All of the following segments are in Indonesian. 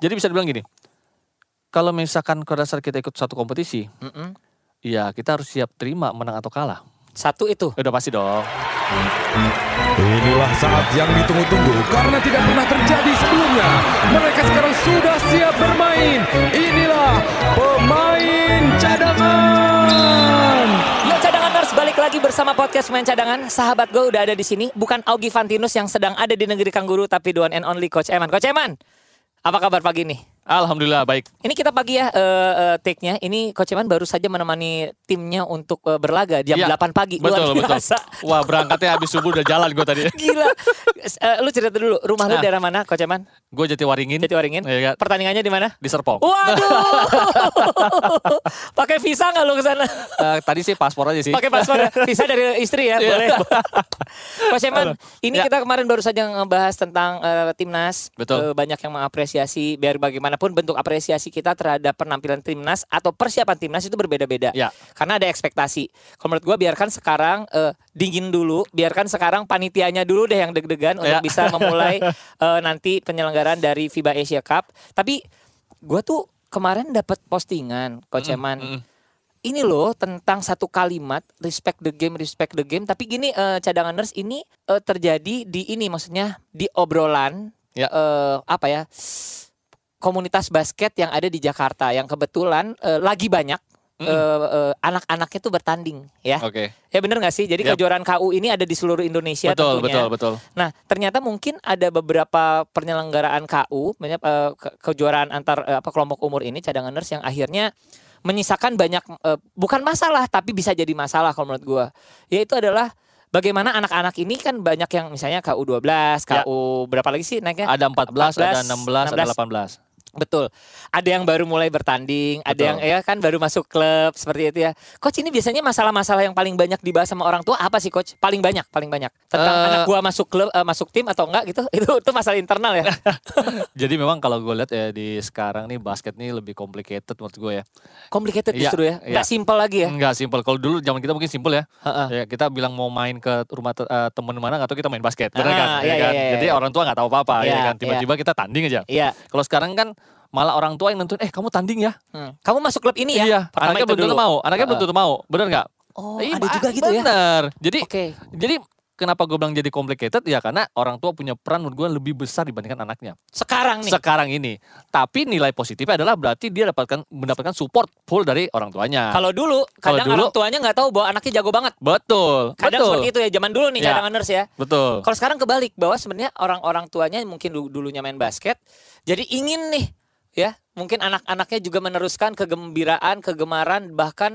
Jadi bisa dibilang gini, kalau misalkan pada saat kita ikut satu kompetisi, ya kita harus siap terima menang atau kalah. Satu itu. Udah pasti dong. Inilah saat yang ditunggu-tunggu karena tidak pernah terjadi sebelumnya. Mereka sekarang sudah siap bermain. Inilah pemain cadangan. Yo cadanganers, balik lagi bersama podcast Pemain Cadangan. Sahabat gue udah ada di sini. Bukan Augie Fantinus yang sedang ada di negeri Kangguru, tapi the one and only Coach Eman. Coach Eman, apa kabar pagi nih? Alhamdulillah baik. Ini kita pagi ya take-nya. Ini Coach Eman baru saja menemani timnya untuk berlaga jam 8 pagi. Betul, Luar biasa. Wah, berangkatnya habis subuh udah jalan gue tadi. Gila. Lu cerita dulu, rumah lu daerah mana, Coach Eman? Gue Jatiwaringin. Jatiwaringin. Ya, Pertandingannya di mana? di Serpong. Waduh. Pakai visa nggak lu ke sana? Tadi sih paspor aja sih. Pakai paspor ya? Visa dari istri ya, boleh. Coach Eman, ini Ya. kita kemarin baru saja ngebahas tentang timnas. Betul. Banyak yang mengapresiasi, biar bagaimanapun bentuk apresiasi kita terhadap penampilan timnas atau persiapan timnas itu berbeda-beda. Ya. Karena ada ekspektasi. Kalau menurut gue biarkan sekarang dingin dulu, biarkan sekarang panitianya dulu deh yang deg-degan untuk bisa memulai nanti penyelenggaraan dari FIBA Asia Cup. Tapi gue tuh kemarin dapat postingan Coach Eman. Ini loh tentang satu kalimat respect the game. Tapi gini cadanganers, ini terjadi di ini, maksudnya di obrolan komunitas basket yang ada di Jakarta yang kebetulan lagi banyak anak-anaknya tuh bertanding ya. Oke. Ya bener nggak sih? Jadi kejuaraan KU ini ada di seluruh Indonesia tentunya. Betul. Nah ternyata mungkin ada beberapa penyelenggaraan KU, kejuaraan antar kelompok umur ini cadanganers yang akhirnya menyisakan banyak bukan masalah tapi bisa jadi masalah kalau menurut gue. Yaitu adalah bagaimana anak-anak ini kan banyak yang misalnya KU 12, KU berapa lagi sih naiknya? Ada 14, ada 16, ada 18. Betul. Ada yang baru mulai bertanding, ada yang kan baru masuk klub seperti itu ya. Coach, ini biasanya masalah-masalah yang paling banyak dibahas sama orang tua apa sih, Coach? Paling banyak. Tentang anak gua masuk klub, masuk tim atau enggak gitu. Itu masalah internal ya. Jadi memang kalau gue lihat ya di sekarang nih basket nih lebih complicated menurut gue ya. Complicated justru ya. Enggak simpel lagi ya. Enggak simpel. Kalau dulu zaman kita mungkin simpel ya. Ya kita bilang mau main ke rumah teman mana atau kita main basket, benar kan? Iya. Jadi orang tua nggak tahu apa-apa ya kan. Tiba-tiba kita tanding aja. Iya. Kalau sekarang kan malah orang tua yang nentuin, kamu tanding ya. Kamu masuk klub ini ya. Iya. Pertama Anaknya belum tentu mau. Anaknya belum tentu mau. Benar nggak? Oh, ada juga gitu ya. Benar. Oke. Jadi kenapa gue bilang jadi complicated ya karena orang tua punya peran menurut gue lebih besar dibandingkan anaknya. Sekarang nih. Sekarang ini. Tapi nilai positifnya adalah berarti dia mendapatkan support full dari orang tuanya. Kalau dulu kadang orang tuanya nggak tahu bahwa anaknya jago banget. Betul. Kadang seperti itu ya, zaman dulu nih cadanganers ya. Betul. Kalau sekarang kebalik, bahwa sebenarnya orang-orang tuanya mungkin dulunya main basket, jadi ingin nih ya, mungkin anak-anaknya juga meneruskan kegembiraan, kegemaran, bahkan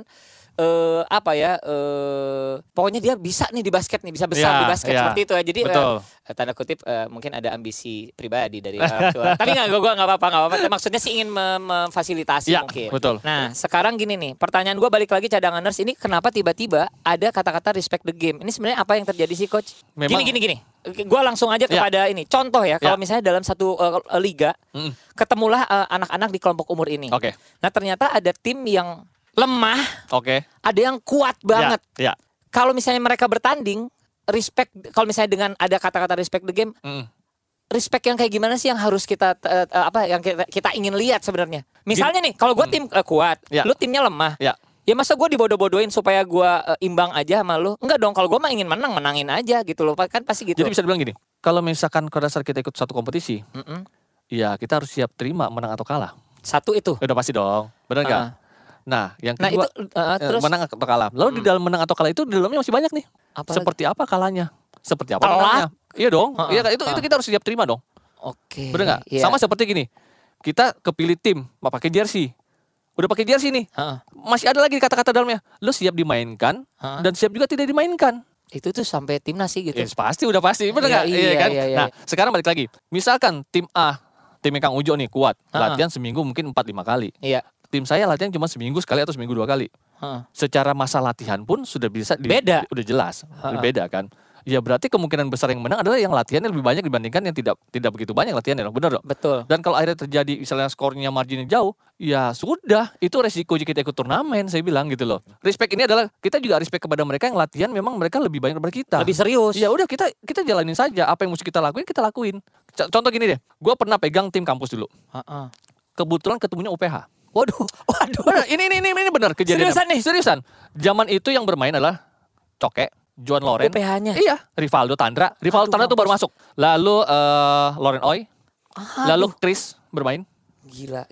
pokoknya dia bisa nih di basket nih, bisa besar di basket seperti itu ya. Jadi tanda kutip mungkin ada ambisi pribadi dari orang tua. Tapi gue nggak apa-apa. Maksudnya sih ingin memfasilitasi mungkin. Betul. Nah sekarang gini nih, pertanyaan gue balik lagi cadanganers, ini kenapa tiba-tiba ada kata-kata respect the game? Ini sebenarnya apa yang terjadi sih, Coach? Memang, Gini. Gue langsung aja kepada ini. Contoh ya, kalau misalnya dalam satu liga, ketemulah anak-anak di kelompok umur ini. Oke. Nah ternyata ada tim yang lemah, ada yang kuat banget. Ya. Kalau misalnya mereka bertanding, respect. Kalau misalnya dengan ada kata-kata respect the game, respect yang kayak gimana sih yang harus kita yang kita ingin lihat sebenarnya? Misalnya nih, kalau gue tim kuat, lu timnya lemah. Ya masa gue dibodoh-bodohin supaya gue imbang aja sama lu? Enggak dong, kalau gue mah ingin menangin aja gitu loh, kan pasti gitu. Jadi bisa dibilang gini, kalau misalkan pada saat kita ikut satu kompetisi, ya kita harus siap terima menang atau kalah. Satu itu. Udah pasti dong, benar nggak? Nah, yang kedua, terus menang atau kalah. Lalu di dalam menang atau kalah itu di dalamnya masih banyak nih. Seperti apa kalahnya? Seperti apa menangnya? Iya dong. Itu kita harus siap terima dong. Oke. Bener nggak? Sama seperti gini. Kita kepilih tim, mau pakai jersey. Udah pakai jersey nih. Masih ada lagi kata-kata dalamnya. Lo siap dimainkan dan siap juga tidak dimainkan. Itu tuh sampai timnas sih gitu. Udah pasti. Bener nggak? Iya kan? Nah, sekarang balik lagi. Misalkan tim A, timnya Kang Ujo nih kuat. Latihan seminggu mungkin 4-5 kali. Iya. Tim saya latihan cuma seminggu sekali atau seminggu 2 kali. Secara masa latihan pun sudah bisa beda. Udah jelas, beda kan. ya berarti kemungkinan besar yang menang adalah yang latihannya lebih banyak dibandingkan yang tidak begitu banyak latihannya, benar dong? Betul. Dan kalau akhirnya terjadi misalnya skornya marginnya jauh, ya sudah, itu resiko jika kita ikut turnamen, saya bilang gitu loh. Respect ini adalah kita juga respect kepada mereka yang latihan memang mereka lebih banyak daripada kita. Lebih serius. Ya udah kita jalanin saja, apa yang mesti kita lakuin. Contoh gini deh, gue pernah pegang tim kampus dulu. Kebetulan ketemunya UPH. Waduh. Benar, ini benar kejadian. Seriusan nih? Seriusan. Zaman itu yang bermain adalah Coke, John Loren. UPH-nya? Iya, Rivaldo Tandra. Rivaldo Tandra tuh baru masuk. Lalu Loren Oy. Lalu Chris bermain. Gila.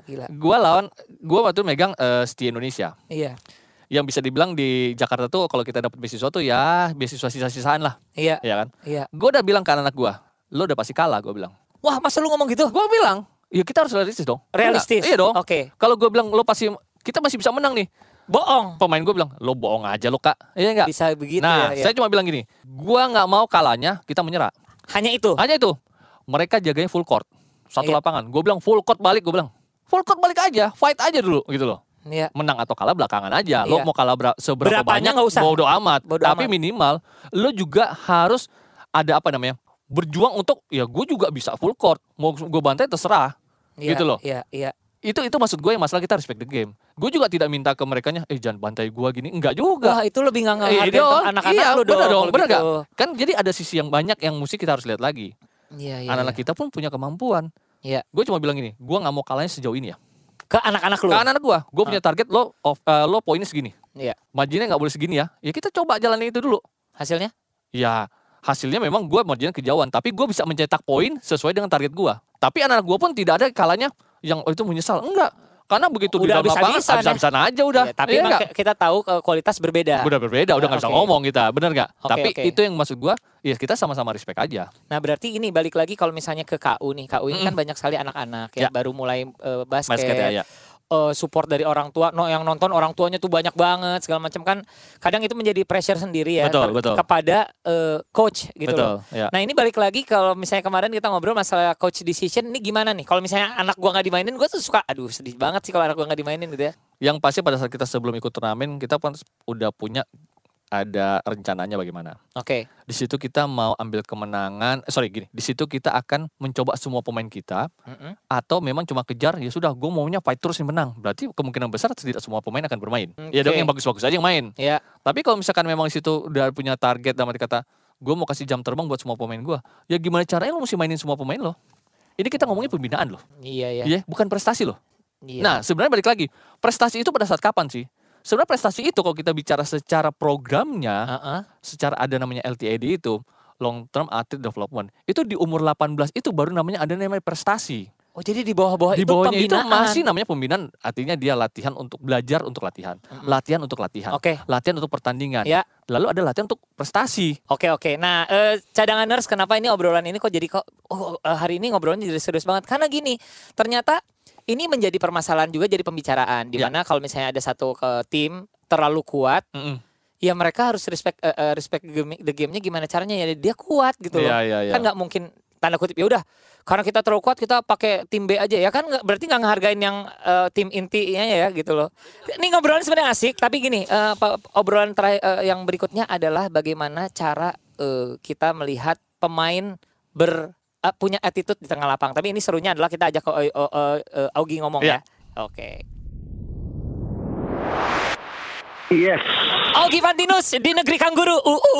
Gua waktu itu megang Setia Indonesia. Iya. Yang bisa dibilang di Jakarta tuh kalau kita dapat beasiswa tuh ya beasiswa sisa-sisaan lah. Iya. Iya kan? Iya. Gua udah bilang ke anak gua, lo udah pasti kalah, gua bilang. Wah, masa lu ngomong gitu? Gua bilang, ya kita harus realistis dong. Realistis? Iya dong. Oke. Kalau gua bilang kita masih bisa menang nih. Bohong. Pemain gue bilang, lo bohong aja lo kak. Iya enggak? Bisa begitu nah, ya. saya cuma bilang gini, gue gak mau kalahnya, kita menyerah. Hanya itu? Hanya itu. Mereka jaganya full court. Satu lapangan. Gue bilang full court balik, full court balik aja, fight aja dulu gitu loh. Iya. Menang atau kalah belakangan aja. Lo mau kalah seberapa berapanya banyak, gak usah. bodo amat. Tapi minimal, lo juga harus ada berjuang untuk, ya gue juga bisa full court. Mau gue bantai terserah. Gitu loh. Iya. Itu maksud gue yang masalah kita respect the game. Gue juga tidak minta ke merekanya, jangan bantai gue gini. Enggak juga. Wah, itu lebih nggak ngehargain anak-anak lu dong. Bener gak? Kan jadi ada sisi yang banyak yang mesti kita harus lihat lagi. Iya. Anak-anak kita pun punya kemampuan. Iya. Gue cuma bilang gini, gue nggak mau kalahnya sejauh ini ya. Ke anak-anak lu? Ke anak-anak gue punya target lo poinnya segini. Iya. Marginnya nggak boleh segini ya. Ya kita coba jalanin itu dulu. Hasilnya? Ya hasilnya memang gue marginnya kejauhan. Tapi gue bisa mencetak poin sesuai dengan target gue. Tapi anak-anak gue pun tidak ada kalahnya yang itu menyesal. Enggak. Karena begitu di dalam lapangan habis-habisan aja udah. Ya, tapi kita tahu kualitas berbeda. Udah berbeda, udah nggak bisa ngomong kita, bener nggak? Tapi itu yang maksud gue, ya kita sama-sama respect aja. Nah berarti ini balik lagi kalau misalnya ke KU nih, KU ini kan banyak sekali anak-anak ya baru mulai basket ya. Support dari orang tua, yang nonton orang tuanya tuh banyak banget segala macam kan, kadang itu menjadi pressure sendiri ya betul. kepada coach gitu loh. Ya. Nah ini balik lagi kalau misalnya kemarin kita ngobrol masalah coach decision, ini gimana nih? Kalau misalnya anak gua nggak dimainin, gua tuh suka, aduh sedih banget sih kalau anak gua nggak dimainin gitu ya. Yang pasti pada saat kita sebelum ikut turnamen kita pun udah punya ada rencananya bagaimana. Oke. Di situ kita mau ambil kemenangan. Di situ kita akan mencoba semua pemain kita. Atau memang cuma kejar. Ya sudah, gue maunya fight terus yang menang. Berarti kemungkinan besar tidak semua pemain akan bermain. Ya dong yang bagus-bagus aja yang main. Ya. Tapi kalau misalkan memang di situ udah punya target dalam arti kata, gue mau kasih jam terbang buat semua pemain gue. Ya gimana caranya lo mesti mainin semua pemain lo? Ini kita ngomongnya pembinaan loh. Iya. Iya, bukan prestasi loh. Iya. Nah sebenarnya balik lagi, prestasi itu pada saat kapan sih? Sebenarnya prestasi itu kalau kita bicara secara programnya, secara ada namanya LTAD itu, long term athlete development. Itu di umur 18 itu baru namanya prestasi. Oh jadi di bawah-bawah itu pembinaan. Itu masih namanya pembinaan, artinya dia latihan untuk belajar untuk latihan. Latihan untuk latihan. Latihan untuk pertandingan. Ya. Lalu ada latihan untuk prestasi. Oke. Nah cadanganers, kenapa ini obrolan ini kok jadi hari ini ngobrolnya jadi serius banget? Karena gini, ternyata ini menjadi permasalahan juga, jadi pembicaraan di mana kalau misalnya ada satu tim terlalu kuat, ya mereka harus respect the game-nya gimana caranya ya dia kuat gitu loh. Kan nggak mungkin tanda kutip ya udah karena kita terlalu kuat kita pakai tim B aja ya kan, berarti nggak ngehargain yang tim intinya ya gitu loh. Ini ngobrolnya sebenarnya asik, tapi gini obrolan terakhir yang berikutnya adalah bagaimana cara kita melihat pemain punya attitude di tengah lapang. Tapi ini serunya adalah kita ajak Augie ngomong ya. Oke. Yes. Augie Fantinus di negeri kanguru.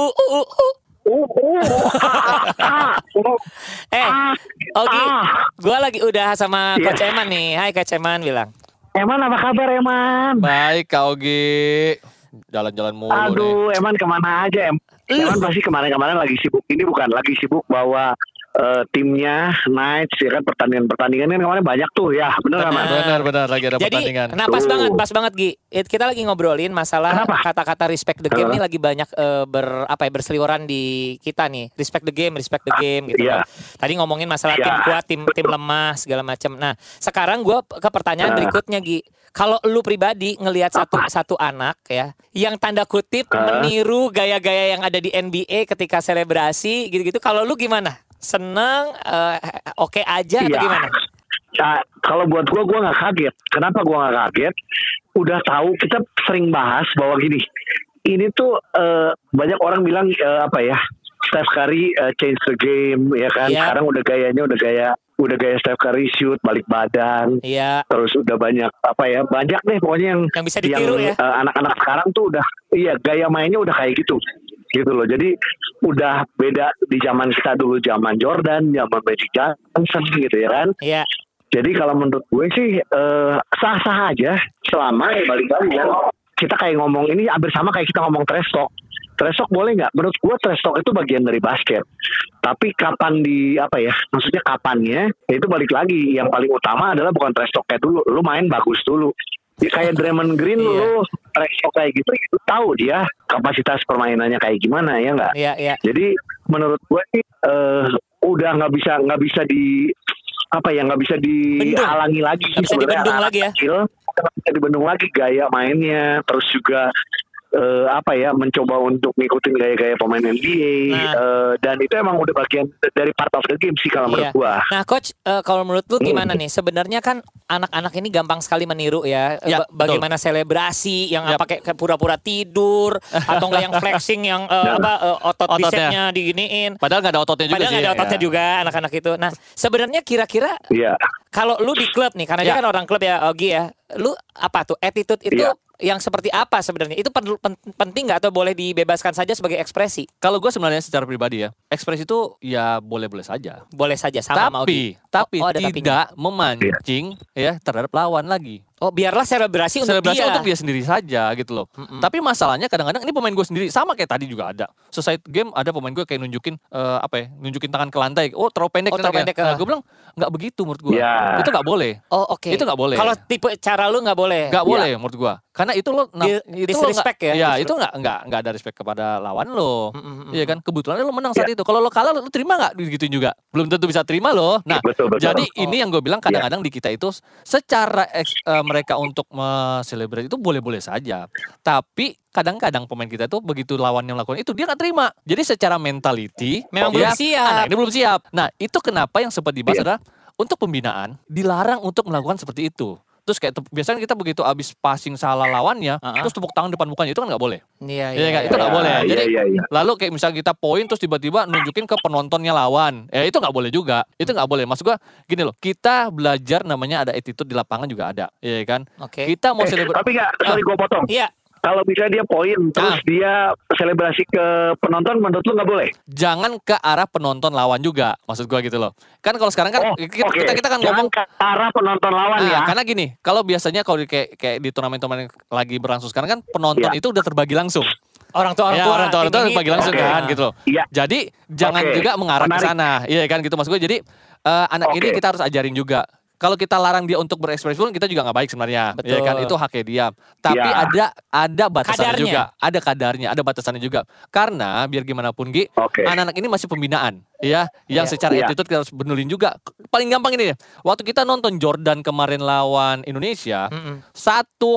Augie, gue lagi udah sama Coach Eman nih. Hai Coach Eman bilang. Eman apa kabar Eman? Baik Kak Augie. Jalan-jalan mulu. Aduh nih. Eman kemana aja Eman pasti kemarin-kemarin lagi sibuk. Ini bukan lagi sibuk bawa timnya Knights ya kan, pertandingan kan kemarin banyak tuh ya, benar lagi ada pertandingan. Nah pas banget Gi, kita lagi ngobrolin masalah kata-kata respect the game ini lagi banyak berseliweran di kita nih, respect the game gitu. Tadi ngomongin masalah tim kuat, tim lemah segala macam. Nah sekarang gue ke pertanyaan berikutnya Gi, kalau lu pribadi ngelihat satu anak ya yang tanda kutip meniru gaya-gaya yang ada di NBA ketika selebrasi gitu-gitu, kalau lu gimana? Seneng, oke aja atau gimana? Kalau buat gue nggak kaget. Kenapa gue nggak kaget? Udah tahu, kita sering bahas bahwa gini, ini tuh banyak orang bilang Steph Curry change the game ya kan. Sekarang udah gayanya udah gaya Steph Curry shoot balik badan. Terus udah banyak banyak deh pokoknya yang bisa ditiru ya. Anak-anak sekarang tuh udah gaya mainnya udah kayak gitu loh. Jadi udah beda di zaman kita dulu, zaman Jordan, zaman Magic Johnson gitu ya kan. Iya. Jadi kalau menurut gue sih sah-sah aja selama balik lagi ya. Kita kayak ngomong ini hampir sama kayak kita ngomong trash talk. Trash talk boleh nggak? Menurut gue trash talk itu bagian dari basket. Tapi kapan maksudnya kapannya, itu balik lagi. Yang paling utama adalah bukan trash talk kayak dulu. Lu main bagus dulu. Kayak Draymond Green lu trash talk kayak gitu, itu tahu dia kapasitas permainannya kayak gimana ya nggak? Iya. Jadi menurut gue sih udah nggak bisa dihalangi lagi. Nggak bisa dibendung lagi ya? Nggak bisa dibendung lagi gaya mainnya, terus juga mencoba untuk ngikutin gaya-gaya pemain NBA, dan itu emang udah bagian dari part of the game sih kalau menurut gua. Nah coach, kalau menurut lu gimana nih? Sebenarnya kan anak-anak ini gampang sekali meniru ya, bagaimana selebrasi yang kayak pura-pura tidur atau enggak yang flexing yang otot bicepnya diginiin. Padahal nggak ada ototnya juga. Padahal nggak ada ototnya juga anak-anak itu. Nah sebenarnya kira-kira kalau lu di klub nih, karena dia kan orang klub ya, Ogi ya, lu apa tuh attitude itu? Yang seperti apa sebenarnya? Itu penting nggak atau boleh dibebaskan saja sebagai ekspresi? Kalau gue sebenarnya secara pribadi ya, ekspresi itu ya boleh-boleh saja. Boleh saja sama tapi tidak memancing ya terhadap lawan lagi. Oh, biarlah selebrasi untuk dia sendiri saja gitu loh. Tapi masalahnya kadang-kadang ini pemain gue sendiri sama kayak tadi juga ada. Selesai game ada pemain gue kayak nunjukin nunjukin tangan ke lantai. Oh, terlalu pendek. Nah, gue bilang nggak begitu menurut gue. Itu nggak boleh. Oh, oke. Itu nggak boleh. Kalau tipe cara lu nggak boleh. Nggak boleh menurut gue. Karena itu lo disrespect ya. Ya, itu nggak ada respect kepada lawan lo. Iya kan? Kebetulan lo menang saat itu. Kalau lo kalah lo terima nggak digituin juga? Belum tentu bisa terima lo. Nah, jadi ini yang gue bilang kadang-kadang di kita itu secara mereka untuk selebrasi itu boleh-boleh saja. Tapi kadang-kadang pemain kita tuh begitu lawan yang melakukan itu dia nggak terima. Jadi secara mentality memang belum siap. Anak ini belum siap. Nah itu kenapa yang sempat dibahas adalah untuk pembinaan dilarang untuk melakukan seperti itu. Terus kayak biasanya kita begitu abis passing salah lawannya, terus tepuk tangan depan mukanya, itu kan nggak boleh. Iya. Itu nggak boleh. Jadi lalu kayak misalnya kita poin terus tiba-tiba nunjukin ke penontonnya lawan, itu nggak boleh juga. Itu nggak boleh. Maksud gua gini loh, kita belajar namanya ada attitude di lapangan juga ada, ya kan? Kita mau selebrasi. Tapi nggak, sorry gue potong. Iya. Kalau bisa dia poin terus dia selebrasi ke penonton, menurut lu nggak boleh? Jangan ke arah penonton lawan juga, maksud gua gitu loh. Kan kalau sekarang kan kita kan ngomong ke arah penonton lawan ya. Karena gini, kalau biasanya kalau kayak di turnamen-turnamen lagi berlangsung sekarang kan penonton itu udah terbagi langsung. Orang tua terbagi langsung kan gitu loh. Jadi jangan juga mengarah ke sana. Iya kan gitu, maksud gua. Jadi anak ini kita harus ajarin juga. Kalau kita larang dia untuk berekspresi pun kita juga nggak baik sebenarnya, ya kan, itu haknya dia. Tapi ada batasannya juga, ada kadarnya, ada batasannya juga. Karena biar gimana pun anak-anak ini masih pembinaan, ya, yang secara attitude kita harus benerin juga. Paling gampang ini, waktu kita nonton Jordan kemarin lawan Indonesia, satu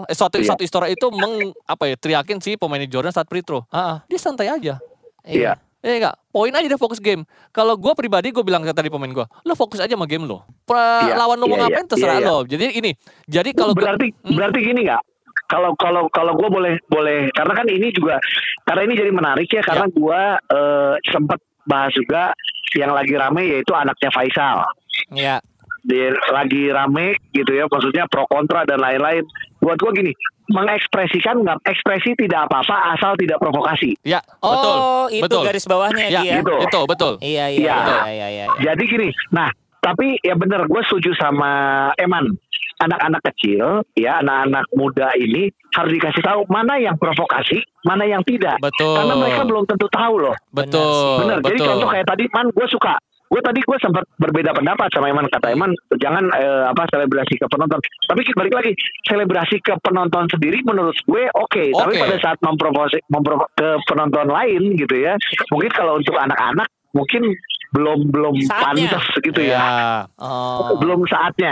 istora itu teriakin si pemain Jordan saat free throw, dia santai aja. Iya. Enggak, poin aja dia fokus game. Kalau gue pribadi gue bilang tadi pemain gue, lo fokus aja sama game lo. Lawan lo mau ngapain terserah lo. Jadi kalau berarti gini nggak? Kalau gue boleh karena kan ini juga karena ini jadi menarik ya karena gue sempat bahas juga yang lagi rame yaitu anaknya Faisal. Iya. Dia lagi rame gitu ya, maksudnya pro kontra dan lain-lain. Buat gue gini, mengekspresikan nggak ekspresi tidak apa-apa asal tidak provokasi. Ya, betul. Itu garis bawahnya ya. Gitu. Itu betul. Iya. Jadi gini, nah tapi ya benar gue setuju sama Eman. Anak-anak kecil, ya anak-anak muda ini harus dikasih tahu mana yang provokasi, mana yang tidak. Betul. Karena mereka belum tentu tahu loh. Betul. Benar. Jadi contoh kayak tadi, Man, gue suka. Gue sempat berbeda pendapat sama Eman. Kata Eman jangan selebrasi ke penonton. Tapi balik lagi selebrasi ke penonton sendiri menurut gue oke. Tapi pada saat memprovokasi ke penonton lain gitu ya. Mungkin kalau untuk anak-anak mungkin belum pantas gitu ya. Belum saatnya.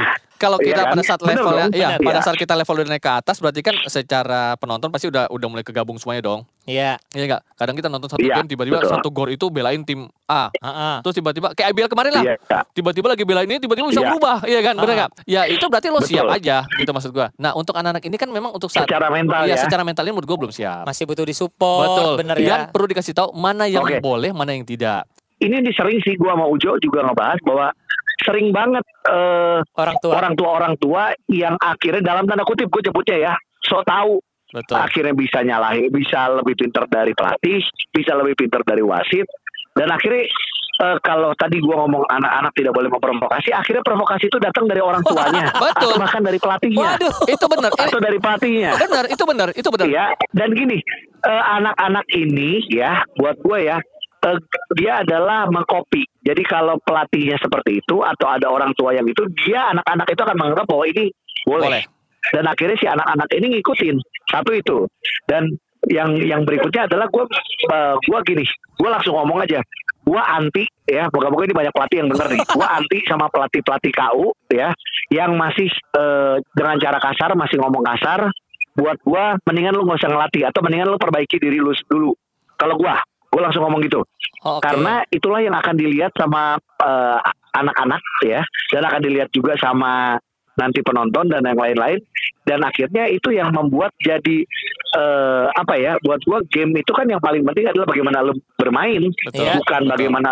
kalau kita pada saat levelnya, Bener. pada saat kita level udah naik ke atas, berarti kan secara penonton pasti udah mulai kegabung semuanya dong. Iya. Iya enggak? Kadang kita nonton satu game tiba-tiba satu gor itu belain tim A. Terus tiba-tiba kayak IBL kemarin lah. Tiba-tiba lagi belain ini tiba-tiba bisa berubah, iya kan? Benar enggak? Ya itu berarti lo siap aja gitu maksud gua. Nah, untuk anak-anak ini kan memang untuk secara mental ya. Secara mental ini menurut gua belum siap. Masih butuh disupport. Betul. Bener Dan ya. perlu dikasih tahu mana yang boleh, mana yang tidak. Ini sering sih gua sama Ujo juga ngebahas bahwa sering banget orang tua yang akhirnya dalam tanda kutip gue sebutnya ya, so tahu. Betul. Akhirnya bisa nyalahin, bisa lebih pintar dari pelatih, bisa lebih pintar dari wasit, dan akhirnya kalau tadi gue ngomong anak-anak tidak boleh memprovokasi, akhirnya provokasi itu datang dari orang tuanya, betul. Atau bahkan dari pelatihnya. Waduh, itu benar. Atau dari pelatihnya. Itu benar. Ya, dan gini, anak-anak ini ya, buat gue ya, dia adalah mengcopy. Jadi kalau pelatihnya seperti itu atau ada orang tua yang itu, dia anak-anak itu akan menganggap bahwa ini boleh. Dan akhirnya si anak-anak ini ngikutin. Satu itu. Dan yang berikutnya adalah gue gini, gue langsung ngomong aja. Gue anti ya, moga-moga ini banyak pelatih yang denger nih. Gue anti sama pelatih KU ya, yang masih dengan cara kasar, masih ngomong kasar. Buat gue, mendingan lu gak usah ngelatih atau mendingan lu perbaiki diri lu dulu. Kalau gue langsung ngomong gitu. Karena itulah yang akan dilihat sama anak-anak ya, dan akan dilihat juga sama nanti penonton dan yang lain-lain, dan akhirnya itu yang membuat jadi buat gua game itu kan yang paling penting adalah bagaimana lu bermain. Bukan bagaimana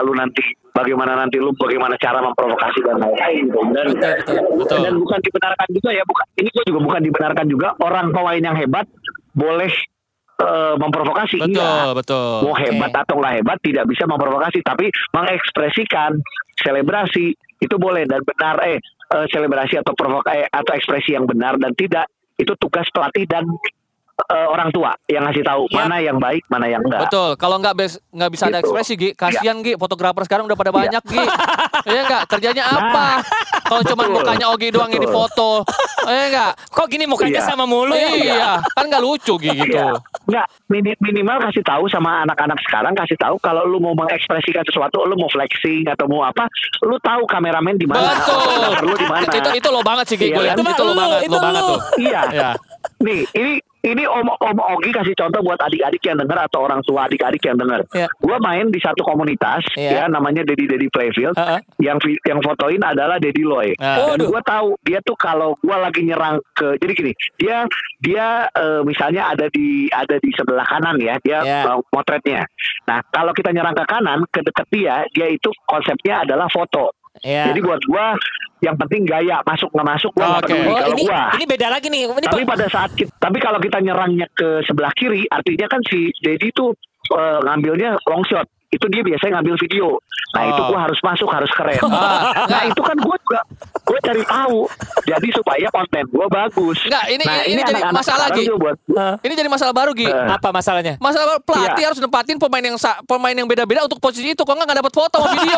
cara memprovokasi dan lain-lain. Dan bukan dibenarkan juga ya, ini gua juga bukan dibenarkan juga orang pemain yang hebat boleh memprovokasi. Betul. Mau hebat atau nggak hebat tidak bisa memprovokasi, tapi mengekspresikan selebrasi itu boleh dan benar. Selebrasi atau atau ekspresi yang benar dan tidak, itu tugas pelatih dan orang tua yang ngasih tahu mana yang baik, mana yang enggak. Betul. Kalau nggak bisa ada ekspresi, Gi, kasihan Gi, fotografer sekarang udah pada banyak, Gi. Iya enggak? Kerjanya apa? Kalau cuma mukanya Ogi doang ini foto. Iya enggak? Kok gini mukanya sama mulu ya? Iya, kan nggak lucu gitu. Enggak, minimal kasih tahu sama anak-anak sekarang, kasih tahu kalau lu mau mengekspresikan sesuatu, lu mau flexing atau mau apa, lu tahu kameramen di mana. Betul. Perlu di mana. Itu lo banget sih, Gi. Itu lo banget tuh. Iya. Nih, ini Om Ogi kasih contoh buat adik-adik yang dengar atau orang tua adik-adik yang dengar. Gua main di satu komunitas ya, namanya Dedi Playfield. Yang fotoin adalah Dedi Loy. Dan gua tahu dia tuh kalau gua lagi nyerang jadi gini, dia misalnya ada di sebelah kanan ya, dia motretnya. Nah, kalau kita nyerang ke kanan, ke dekat dia itu konsepnya adalah foto. Jadi buat gua yang penting gaya, masuk nggak masuk gua nggak peduli. Kalau ini beda lagi nih. Tapi kalau kita nyerangnya ke sebelah kiri, artinya kan si Dedi tuh ngambilnya long shot. Itu dia biasanya ngambil video. Nah itu gua harus masuk, harus keren. Nah itu kan gua cari tahu. Jadi supaya konten gua bagus. Enggak, ini jadi masalah Gi. Ini jadi masalah baru Gi. Apa masalahnya? Masalah baru, pelatih harus nempatin pemain yang beda-beda untuk posisi itu. Kok nggak dapat foto sama video?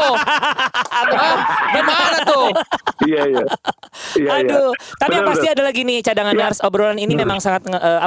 Gimana tuh? Iya. Aduh, tapi yang pasti ada lagi nih cadangan Nars, obrolan ini memang sangat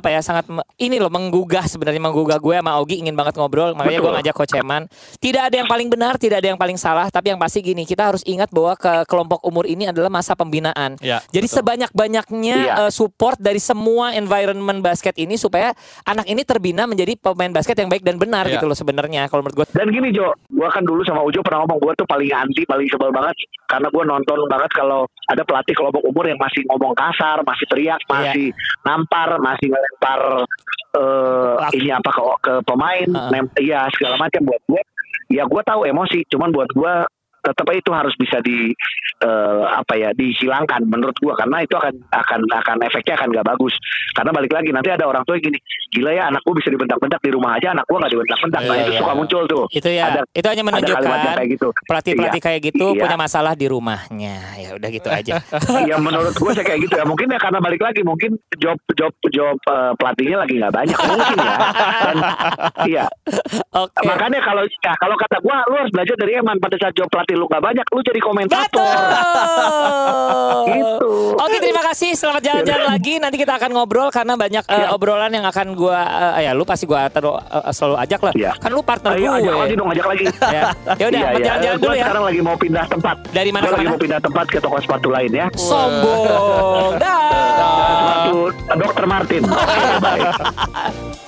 menggugah gue sama Ogi, ingin banget ngobrol, makanya gue ngajak Coach Eman. Tidak ada yang paling benar, tidak ada yang paling salah, tapi yang pasti gini, kita harus ingat bahwa kelompok umur ini adalah masa pembinaan. Jadi sebanyak-banyaknya support dari semua environment basket ini supaya anak ini terbina menjadi pemain basket yang baik dan benar gitu loh sebenarnya kalau menurut gue. Dan gini Jo, gue kan dulu sama Ujo pernah ngomong, gue tuh paling anti, paling sebel banget karena gue nonton banget kalau ada pelatih kelompok umur yang masih ngomong kasar, masih teriak, masih nampar, masih ngelempar ini apa ke pemain, segala macam. Buat gue, ya gue tahu emosi, cuman buat gue tetap itu harus bisa dihilangkan menurut gue, karena itu akan efeknya akan gak bagus. Karena balik lagi nanti ada orang tua yang gini, gila ya anak gue bisa dibentak-bentak di rumah aja, anak gue gak dibentak-bentak. Nah itu suka muncul tuh. Itu ya, itu hanya menunjukkan gitu. Pelatih-pelatih kayak gitu punya masalah di rumahnya. Ya udah gitu aja. Ya menurut gue saya kayak gitu ya. Mungkin ya karena balik lagi mungkin job pelatihnya lagi gak banyak mungkin ya. Dan, makanya kalau kata gue, lu harus belajar dari Eman. Pada saat job pelatih lu gak banyak, lu jadi komentator. Gitu. Oke, terima kasih kasih, selamat jalan-jalan lagi. Nanti kita akan ngobrol karena banyak obrolan yang akan gua lu pasti gua selalu ajak lah. Iya. Kan lu partner gue. Ajak lagi. Ya udah, jalan-jalan dulu ya. Sekarang lagi mau pindah tempat. Dari mana ke mana? Lagi mau pindah tempat ke toko sepatu lain ya. Sombong. Dah. Sepatu Dr. Martin. Bye.